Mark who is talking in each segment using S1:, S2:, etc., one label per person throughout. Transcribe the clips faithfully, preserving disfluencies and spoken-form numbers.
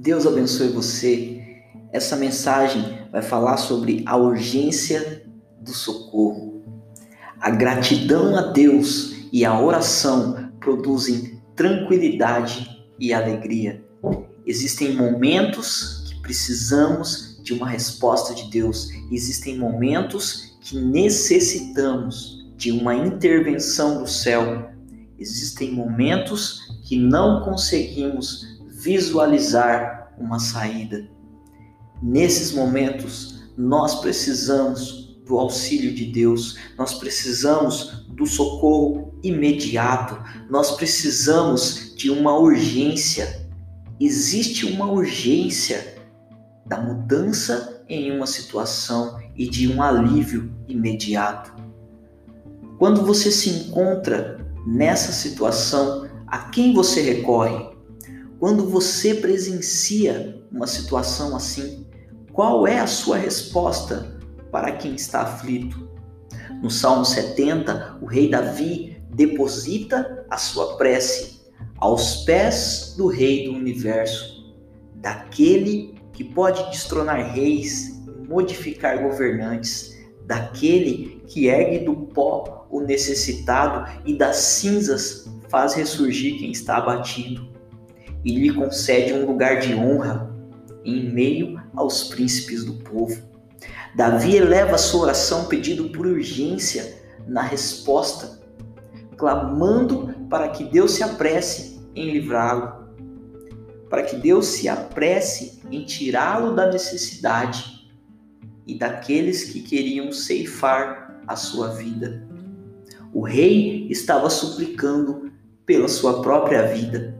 S1: Deus abençoe você. Essa mensagem vai falar sobre a urgência do socorro. A gratidão a Deus e a oração produzem tranquilidade e alegria. Existem momentos que precisamos de uma resposta de Deus. Existem momentos que necessitamos de uma intervenção do céu. Existem momentos que não conseguimos visualizar uma saída. Nesses momentos, nós precisamos do auxílio de Deus, nós precisamos do socorro imediato, nós precisamos de uma urgência. Existe uma urgência da mudança em uma situação e de um alívio imediato. Quando você se encontra nessa situação, a quem você recorre? Quando você presencia uma situação assim, qual é a sua resposta para quem está aflito? No Salmo setenta, o rei Davi deposita a sua prece aos pés do Rei do Universo, daquele que pode destronar reis e modificar governantes, daquele que ergue do pó o necessitado e das cinzas faz ressurgir quem está abatido, e lhe concede um lugar de honra em meio aos príncipes do povo. Davi eleva sua oração pedindo por urgência na resposta, clamando para que Deus se apresse em livrá-lo, para que Deus se apresse em tirá-lo da necessidade e daqueles que queriam ceifar a sua vida. O rei estava suplicando pela sua própria vida.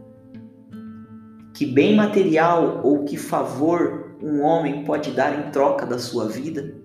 S1: Que bem material ou que favor um homem pode dar em troca da sua vida?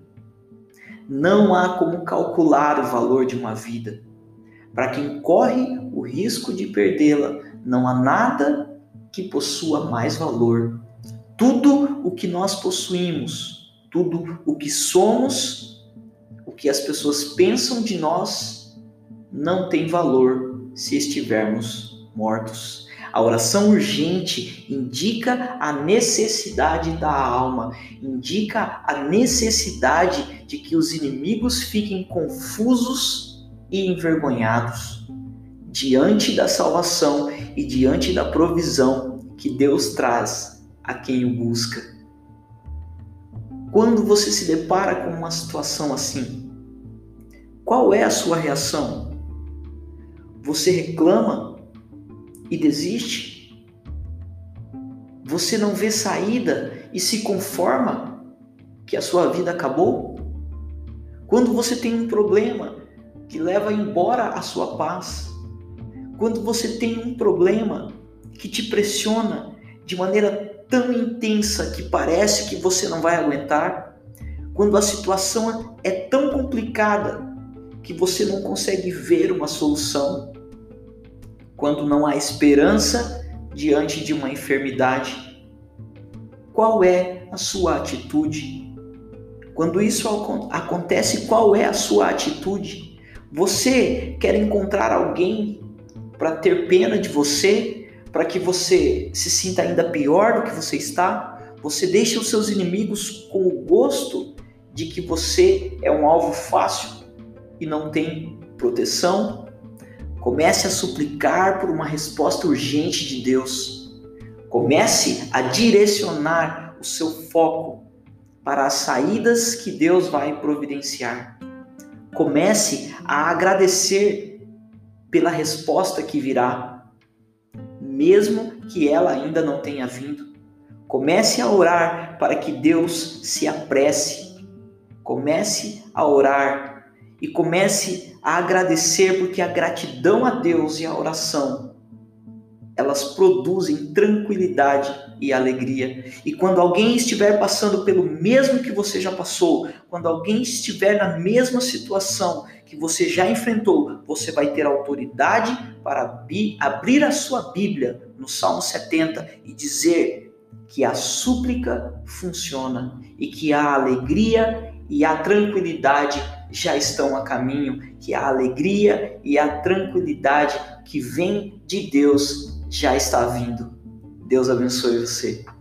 S1: Não há como calcular o valor de uma vida. Para quem corre o risco de perdê-la, não há nada que possua mais valor. Tudo o que nós possuímos, tudo o que somos, o que as pessoas pensam de nós, não tem valor se estivermos mortos. A oração urgente indica a necessidade da alma, indica a necessidade de que os inimigos fiquem confusos e envergonhados diante da salvação e diante da provisão que Deus traz a quem o busca. Quando você se depara com uma situação assim, qual é a sua reação? Você reclama e desiste? Você não vê saída e se conforma que a sua vida acabou? Quando você tem um problema que leva embora a sua paz, quando você tem um problema que te pressiona de maneira tão intensa que parece que você não vai aguentar, quando a situação é tão complicada que você não consegue ver uma solução, quando não há esperança diante de uma enfermidade, qual é a sua atitude? Quando isso acontece, qual é a sua atitude? Você quer encontrar alguém para ter pena de você, para que você se sinta ainda pior do que você está? Você deixa os seus inimigos com o gosto de que você é um alvo fácil e não tem proteção? Comece a suplicar por uma resposta urgente de Deus. Comece a direcionar o seu foco para as saídas que Deus vai providenciar. Comece a agradecer pela resposta que virá, mesmo que ela ainda não tenha vindo. Comece a orar para que Deus se apresse. Comece a orar e comece a agradecer, porque a gratidão a Deus e a oração, elas produzem tranquilidade e alegria. E quando alguém estiver passando pelo mesmo que você já passou, quando alguém estiver na mesma situação que você já enfrentou, você vai ter autoridade para abrir a sua Bíblia no Salmo setenta e dizer que a súplica funciona e que a alegria e a tranquilidade já estão a caminho, que a alegria e a tranquilidade que vem de Deus já está vindo. Deus abençoe você.